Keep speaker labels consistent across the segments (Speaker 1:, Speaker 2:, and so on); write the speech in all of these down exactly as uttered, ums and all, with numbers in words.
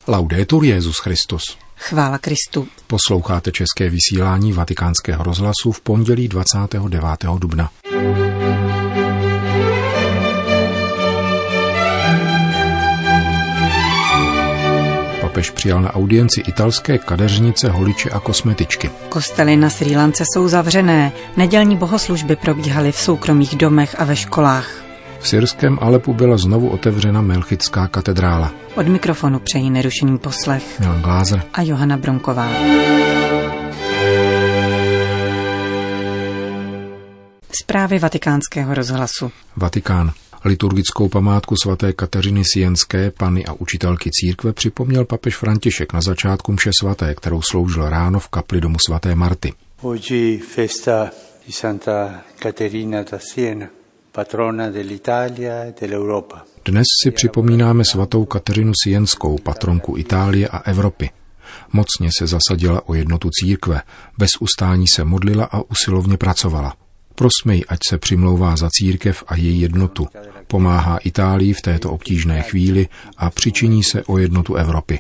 Speaker 1: Laudetur Jesus Christus.
Speaker 2: Chvála Kristu.
Speaker 1: Posloucháte české vysílání Vatikánského rozhlasu v pondělí dvacátého devátého dubna. Papež přijal na audienci italské kadeřnice, holiče a kosmetičky.
Speaker 2: Kostely na Srí Lance jsou zavřené, nedělní bohoslužby probíhaly v soukromých domech a ve školách.
Speaker 1: V syrském Alepu byla znovu otevřena Melchitská katedrála.
Speaker 2: Od mikrofonu přejí nerušený poslech
Speaker 1: Milan Glázer
Speaker 2: a Johana Bronková. Zprávy Vatikánského rozhlasu.
Speaker 1: Vatikán. Liturgickou památku svaté Kateřiny Sienské, panny a učitelky církve, připomněl papež František na začátku mše svaté, kterou sloužil ráno v kapli domu svaté Marty.
Speaker 3: Oggi festa di Santa Caterina da Siena, patrona dell'Italia e dell'Europa.
Speaker 1: Dnes si připomínáme svatou Kateřinu Sienskou, patronku Itálie a Evropy. Mocně se zasadila o jednotu církve, bez ustání se modlila a usilovně pracovala. Prosme ji, ať se přimlouvá za církev a její jednotu, pomáhá Itálii v této obtížné chvíli a přičiní se o jednotu Evropy,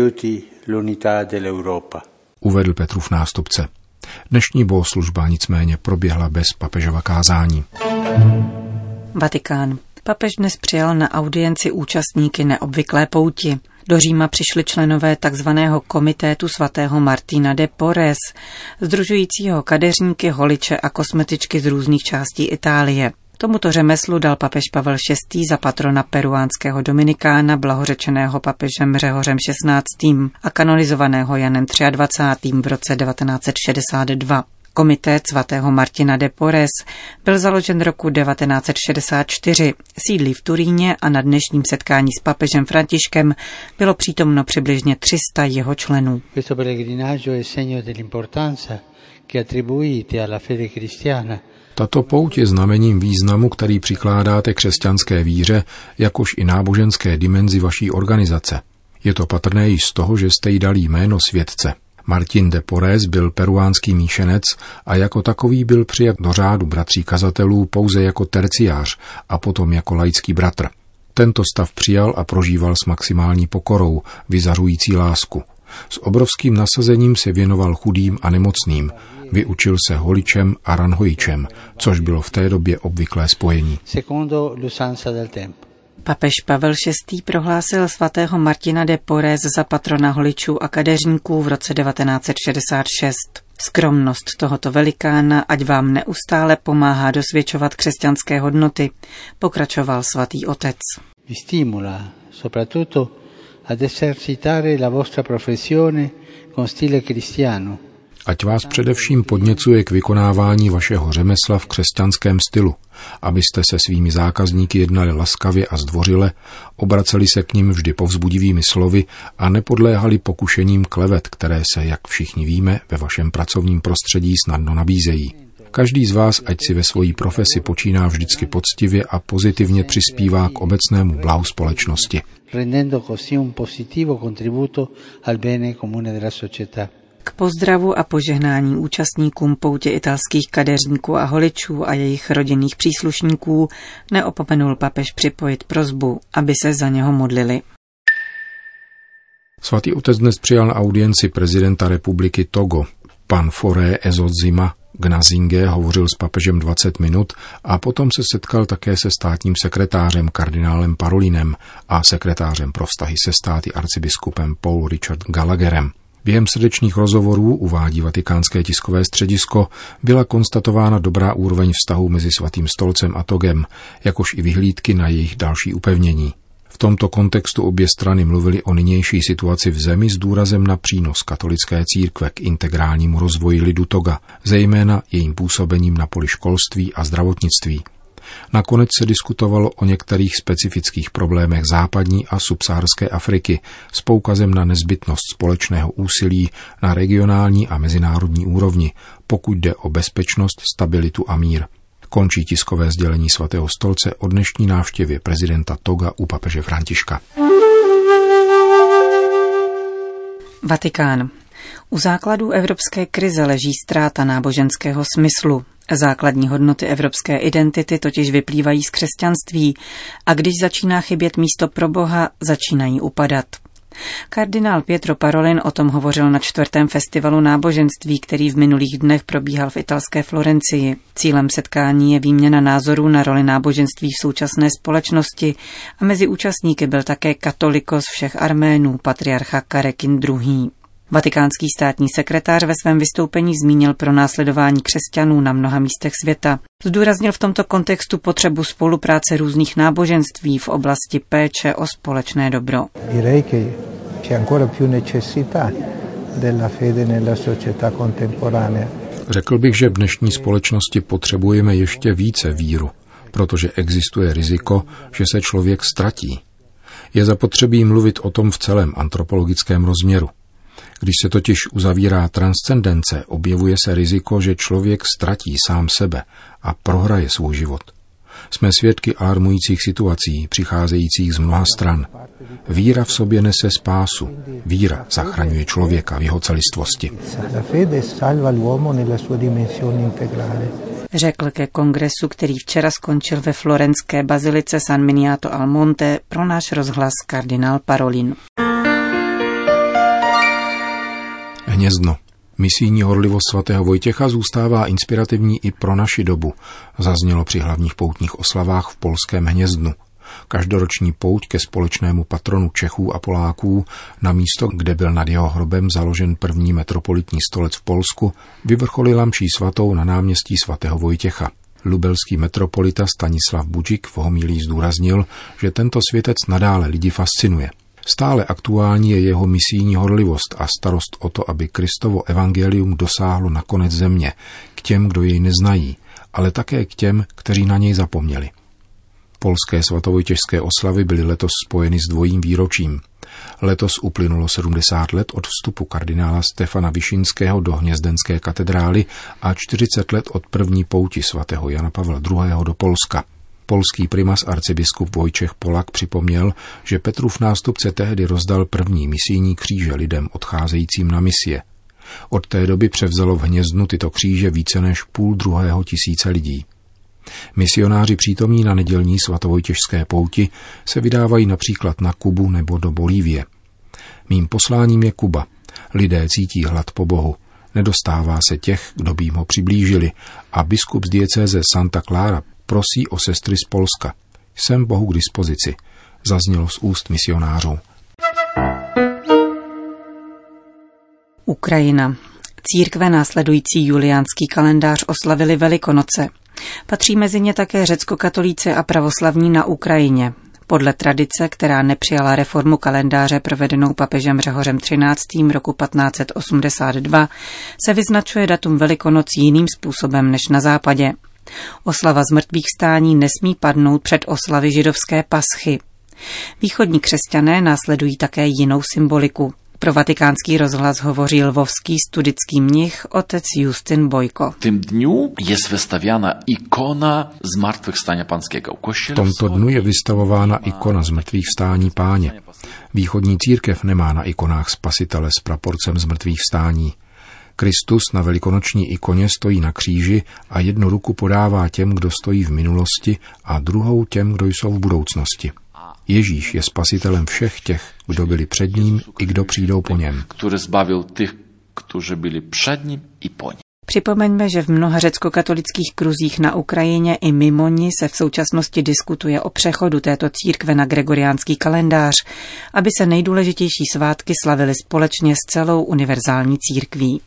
Speaker 1: uvedl Petrův nástupce. Dnešní bohoslužba nicméně proběhla bez papežova kázání.
Speaker 2: Vatikán. Papež dnes přijal na audienci účastníky neobvyklé pouti. Do Říma přišli členové takzvaného komitétu svatého Martina de Porres, sdružujícího kadeřníky, holiče a kosmetičky z různých částí Itálie. Tomuto řemeslu dal papež Pavel šestý za patrona peruánského dominikána, blahořečeného papežem Řehořem šestnáctým a kanonizovaného Janem dvacátým třetím v roce devatenáct set šedesát dva. Komitét svatého Martina de Porres byl založen roku devatenáct set šedesát čtyři, sídlí v Turíně a na dnešním setkání s papežem Františkem bylo přítomno přibližně tři sta jeho členů.
Speaker 1: Tato pouť je znamením významu, který přikládáte křesťanské víře, jakož i náboženské dimenzi vaší organizace. Je to patrné již z toho, že jste jí dali jméno světce. Martin de Porres byl peruánský míšenec a jako takový byl přijat do řádu bratří kazatelů pouze jako terciář a potom jako laický bratr. Tento stav přijal a prožíval s maximální pokorou, vyzařující lásku. S obrovským nasazením se věnoval chudým a nemocným, vyučil se holičem a ranhojičem, což bylo v té době obvyklé spojení.
Speaker 2: Papež Pavel šestý prohlásil svatého Martina de Porres za patrona holičů a kadeřníků v roce devatenáct set šedesát šest. Skromnost tohoto velikána ať vám neustále pomáhá dosvědčovat křesťanské hodnoty, pokračoval svatý otec.
Speaker 3: Vi stimola soprattutto ad esercitare la vostra professione con stile cristiano.
Speaker 1: Ať vás především podněcuje k vykonávání vašeho řemesla v křesťanském stylu, abyste se svými zákazníky jednali laskavě a zdvořile, obraceli se k nim vždy povzbudivými slovy a nepodléhali pokušením klevet, které se, jak všichni víme, ve vašem pracovním prostředí snadno nabízejí. Každý z vás, ať si ve svojí profesi počíná vždycky poctivě a pozitivně přispívá k obecnému blahu společnosti.
Speaker 3: Rendendo così un positivo contributo al bene comune della società.
Speaker 2: K pozdravu a požehnání účastníkům poutě italských kadeřníků a holičů a jejich rodinných příslušníků neopomenul papež připojit prosbu, aby se za něho modlili.
Speaker 1: Svatý otec dnes přijal na audienci prezidenta republiky Togo. Pan Faure Ezodzima Gnazinge hovořil s papežem dvacet minut a potom se setkal také se státním sekretářem kardinálem Parolinem a sekretářem pro vztahy se státy arcibiskupem Paul Richard Gallagherem. Během srdečných rozhovorů, uvádí Vatikánské tiskové středisko, byla konstatována dobrá úroveň vztahů mezi Svatým stolcem a Togem, jakož i vyhlídky na jejich další upevnění. V tomto kontextu obě strany mluvily o nynější situaci v zemi s důrazem na přínos katolické církve k integrálnímu rozvoji lidu Toga, zejména jejím působením na poli školství a zdravotnictví. Nakonec se diskutovalo o některých specifických problémech západní a subsaharské Afriky s poukazem na nezbytnost společného úsilí na regionální a mezinárodní úrovni, pokud jde o bezpečnost, stabilitu a mír. Končí tiskové sdělení Svatého stolce o dnešní návštěvě prezidenta Toga u papeže Františka.
Speaker 2: Vatikán. U základů evropské krize leží ztráta náboženského smyslu. Základní hodnoty evropské identity totiž vyplývají z křesťanství a když začíná chybět místo pro Boha, začínají upadat. Kardinál Pietro Parolin o tom hovořil na čtvrtém festivalu náboženství, který v minulých dnech probíhal v italské Florencii. Cílem setkání je výměna názorů na roli náboženství v současné společnosti a mezi účastníky byl také katolikos všech Arménů, patriarcha Karekin druhý. Vatikánský státní sekretář ve svém vystoupení zmínil pronásledování křesťanů na mnoha místech světa. Zdůraznil v tomto kontextu potřebu spolupráce různých náboženství v oblasti péče o společné dobro.
Speaker 1: Řekl bych, že v dnešní společnosti potřebujeme ještě více víru, protože existuje riziko, že se člověk ztratí. Je zapotřebí mluvit o tom v celém antropologickém rozměru. Když se totiž uzavírá transcendence, objevuje se riziko, že člověk ztratí sám sebe a prohraje svůj život. Jsme svědky alarmujících situací, přicházejících z mnoha stran. Víra v sobě nese spásu. Víra zachraňuje člověka v jeho celistvosti.
Speaker 2: Řekl ke kongresu, který včera skončil ve florenské bazilice San Miniato al Monte, pro náš rozhlas kardinál Parolin.
Speaker 1: Hnězdno. Misijní horlivost svatého Vojtěcha zůstává inspirativní i pro naši dobu, zaznělo při hlavních poutních oslavách v polském Hnězdnu. Každoroční pouť ke společnému patronu Čechů a Poláků na místo, kde byl nad jeho hrobem založen první metropolitní stolec v Polsku, vyvrcholila mší svatou na náměstí svatého Vojtěcha. Lubelský metropolita Stanislav Budžik v homilii zdůraznil, že tento světec nadále lidi fascinuje. Stále aktuální je jeho misijní horlivost a starost o to, aby Kristovo evangelium dosáhlo na konec země, k těm, kdo jej neznají, ale také k těm, kteří na něj zapomněli. Polské svatovojtěžské oslavy byly letos spojeny s dvojím výročím. Letos uplynulo sedmdesát let od vstupu kardinála Stefana Vyšinského do Hnězdenské katedrály a čtyřicet let od první pouti svatého Jana Pavla druhého. do Polska. Polský primas arcibiskup Vojtěch Polak připomněl, že Petrův nástupce tehdy rozdal první misijní kříže lidem odcházejícím na misie. Od té doby převzalo v Hnězdnu tyto kříže více než půl druhého tisíce lidí. Misionáři přítomní na nedělní svatovojtěžské pouti se vydávají například na Kubu nebo do Bolívie. Mým posláním je Kuba. Lidé cítí hlad po Bohu. Nedostává se těch, kdo by jim ho přiblížili, a biskup z diecéze Santa Clara prosí o sestry z Polska. Jsem Bohu k dispozici, zaznělo z úst misionářů.
Speaker 2: Ukrajina. Církve následující juliánský kalendář oslavili Velikonoce. Patří mezi ně také řeckokatolíci a pravoslavní na Ukrajině. Podle tradice, která nepřijala reformu kalendáře provedenou papežem Řehořem třináctým roku patnáct set osmdesát dva, se vyznačuje datum Velikonoc jiným způsobem než na západě. Oslava zmrtvých vstání nesmí padnout před oslavy židovské paschy. Východní křesťané následují také jinou symboliku. Pro Vatikánský rozhlas hovoří lvovský studický mnich otec Justin Bojko.
Speaker 4: V dňu je vystavěna ikona zmrtvých vstání panského.
Speaker 1: V tomto dnu je vystavována ikona zmrtvých vstání Páně. Východní církev nemá na ikonách spasitele s praporcem zmrtvých vstání. Kristus na velikonoční ikoně stojí na kříži a jednu ruku podává těm, kdo stojí v minulosti, a druhou těm, kdo jsou v budoucnosti. Ježíš je spasitelem všech těch, kdo byli před ním i kdo přijdou po něm.
Speaker 4: Který zbavil těch, kteří byli před ním i po něm.
Speaker 2: Připomeňme, že v mnoha řecko-katolických kruzích na Ukrajině i mimo ní se v současnosti diskutuje o přechodu této církve na gregoriánský kalendář, aby se nejdůležitější svátky slavily společně s celou univerzální církví.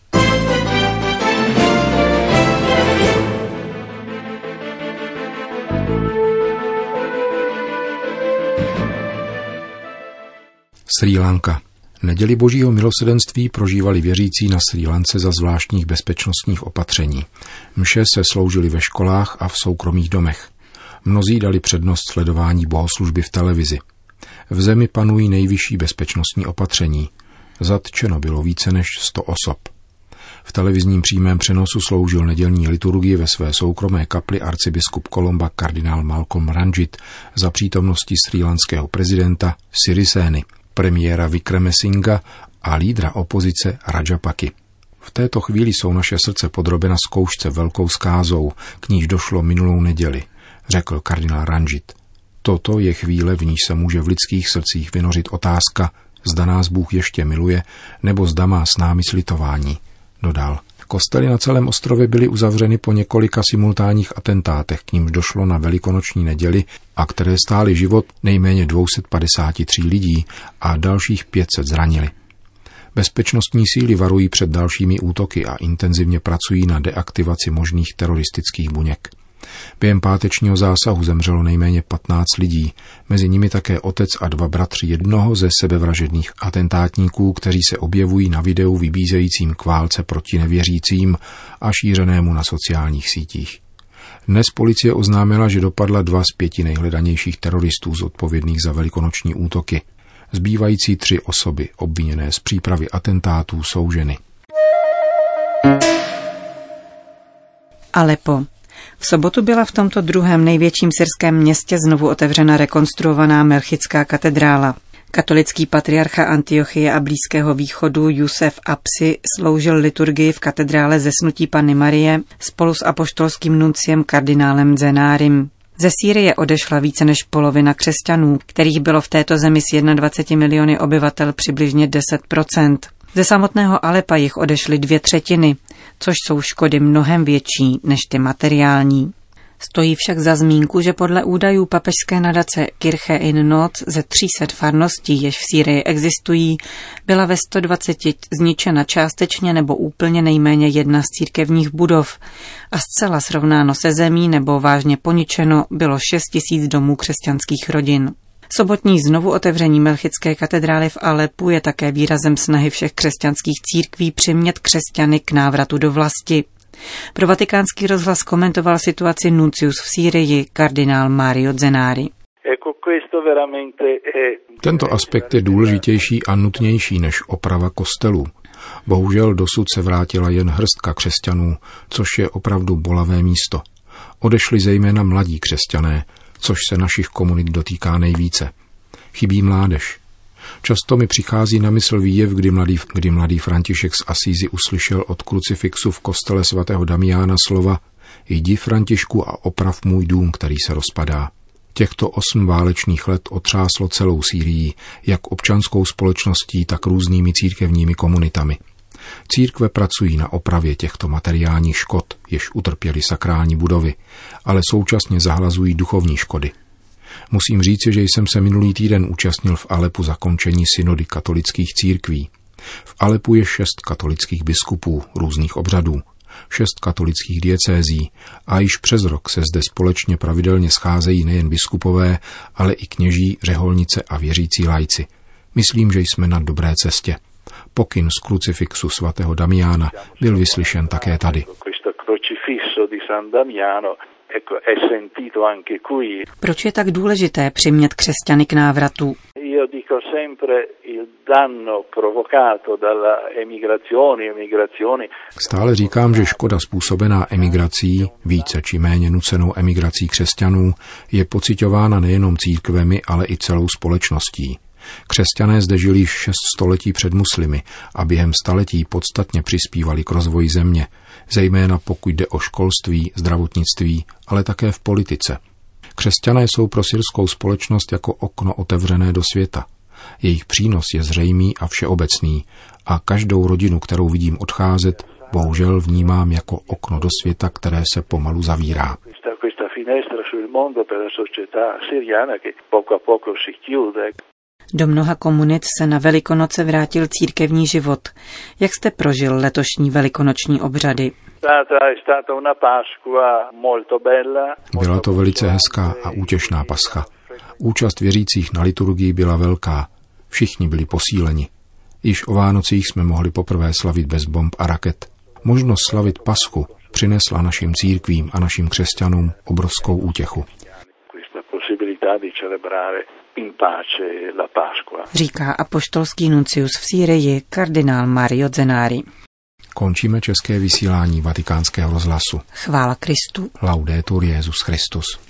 Speaker 1: Srí Lanka. Neděli Božího milosedenství prožívali věřící na Srí Lance za zvláštních bezpečnostních opatření. Mše se sloužily ve školách a v soukromých domech. Mnozí dali přednost sledování bohoslužby v televizi. V zemi panují nejvyšší bezpečnostní opatření. Zatčeno bylo více než sto osob. V televizním přímém přenosu sloužil nedělní liturgii ve své soukromé kapli arcibiskup Colomba kardinál Malcolm Ranjit za přítomnosti srílanského prezidenta Sirisény, premiéra Wickremesingha a lídra opozice Rajapakhy. V této chvíli jsou naše srdce podrobena zkoušce velkou zkázou, k níž došlo minulou neděli, řekl kardinál Ranjit. Toto je chvíle, v níž se může v lidských srdcích vynořit otázka, zda nás Bůh ještě miluje, nebo zda má s námi slitování, dodal. Kostely na celém ostrově byly uzavřeny po několika simultánních atentátech, k nímž došlo na velikonoční neděli a které stály život nejméně dvě stě padesát tři lidí a dalších pět set zranili. Bezpečnostní síly varují před dalšími útoky a intenzivně pracují na deaktivaci možných teroristických buněk. Během pátečního zásahu zemřelo nejméně patnáct lidí, mezi nimi také otec a dva bratři jednoho ze sebevražedných atentátníků, kteří se objevují na videu vybízejícím k válce proti nevěřícím a šířenému na sociálních sítích. Dnes policie oznámila, že dopadla dva z pěti nejhledanějších teroristů zodpovědných za velikonoční útoky. Zbývající tři osoby obviněné z přípravy atentátů jsou ženy.
Speaker 2: Alepo. V sobotu byla v tomto druhém největším syrském městě znovu otevřena rekonstruovaná Melchitská katedrála. Katolický patriarcha Antiochie a Blízkého východu Jusef Apsi sloužil liturgii v katedrále Zesnutí Panny Marie spolu s apoštolským nunciem kardinálem Zenárim. Ze Sýrie odešla více než polovina křesťanů, kterých bylo v této zemi s dvaceti jedněmi miliony obyvatel přibližně deset procent. Ze samotného Alepa jich odešly dvě třetiny, což jsou škody mnohem větší než ty materiální. Stojí však za zmínku, že podle údajů papežské nadace Kirche in Not ze tří set farností, jež v Sýrii existují, byla ve sto dvaceti zničena částečně nebo úplně nejméně jedna z církevních budov a zcela srovnáno se zemí nebo vážně poničeno bylo šest tisíc domů křesťanských rodin. Sobotní znovu otevření Melchitské katedrály v Alepu je také výrazem snahy všech křesťanských církví přimět křesťany k návratu do vlasti. Pro Vatikánský rozhlas komentoval situaci nuncius v Sýrii kardinál Mario Zenari.
Speaker 1: Tento aspekt je důležitější a nutnější než oprava kostelů. Bohužel dosud se vrátila jen hrstka křesťanů, což je opravdu bolavé místo. Odešli zejména mladí křesťané, což se našich komunit dotýká nejvíce. Chybí mládež. Často mi přichází na mysl výjev, kdy mladý, kdy mladý František z Asízy uslyšel od krucifixu v kostele svatého Damiána slova: Jdi, Františku, a oprav můj dům, který se rozpadá. Těchto osm válečných let otřáslo celou Sýrii, jak občanskou společností, tak různými církevními komunitami. Církve pracují na opravě těchto materiálních škod, jež utrpěly sakrální budovy, ale současně zahlazují duchovní škody. Musím říci, že jsem se minulý týden účastnil v Alepu zakončení synody katolických církví. V Alepu je šest katolických biskupů různých obřadů, šest katolických diecézí a již přes rok se zde společně pravidelně scházejí nejen biskupové, ale i kněží, řeholnice a věřící laici. Myslím, že jsme na dobré cestě. Pokyn z krucifixu svatého Damiána byl vyslyšen také tady.
Speaker 2: Proč je tak důležité přimět křesťany k návratu?
Speaker 1: Stále říkám, že škoda způsobená emigrací, více či méně nucenou emigrací křesťanů, je pociťována nejenom církvemi, ale i celou společností. Křesťané zde žili již šest století před muslimy a během staletí podstatně přispívali k rozvoji země, zejména pokud jde o školství, zdravotnictví, ale také v politice. Křesťané jsou pro syrskou společnost jako okno otevřené do světa. Jejich přínos je zřejmý a všeobecný a každou rodinu, kterou vidím odcházet, bohužel vnímám jako okno do světa, které se pomalu zavírá.
Speaker 2: Do mnoha komunit se na Velikonoce vrátil církevní život. Jak jste prožil letošní velikonoční obřady?
Speaker 1: Byla to velice hezká a útěšná pascha. Účast věřících na liturgii byla velká. Všichni byli posíleni. Již o Vánocích jsme mohli poprvé slavit bez bomb a raket. Možnost slavit paschu přinesla našim církvím a našim křesťanům obrovskou útěchu.
Speaker 2: Říká apoštolský nuncius v Sýrii kardinál Mario Zenari.
Speaker 1: Končíme české vysílání Vatikánského rozhlasu.
Speaker 2: Chvála Kristu.
Speaker 1: Laudetur Jesus Christus.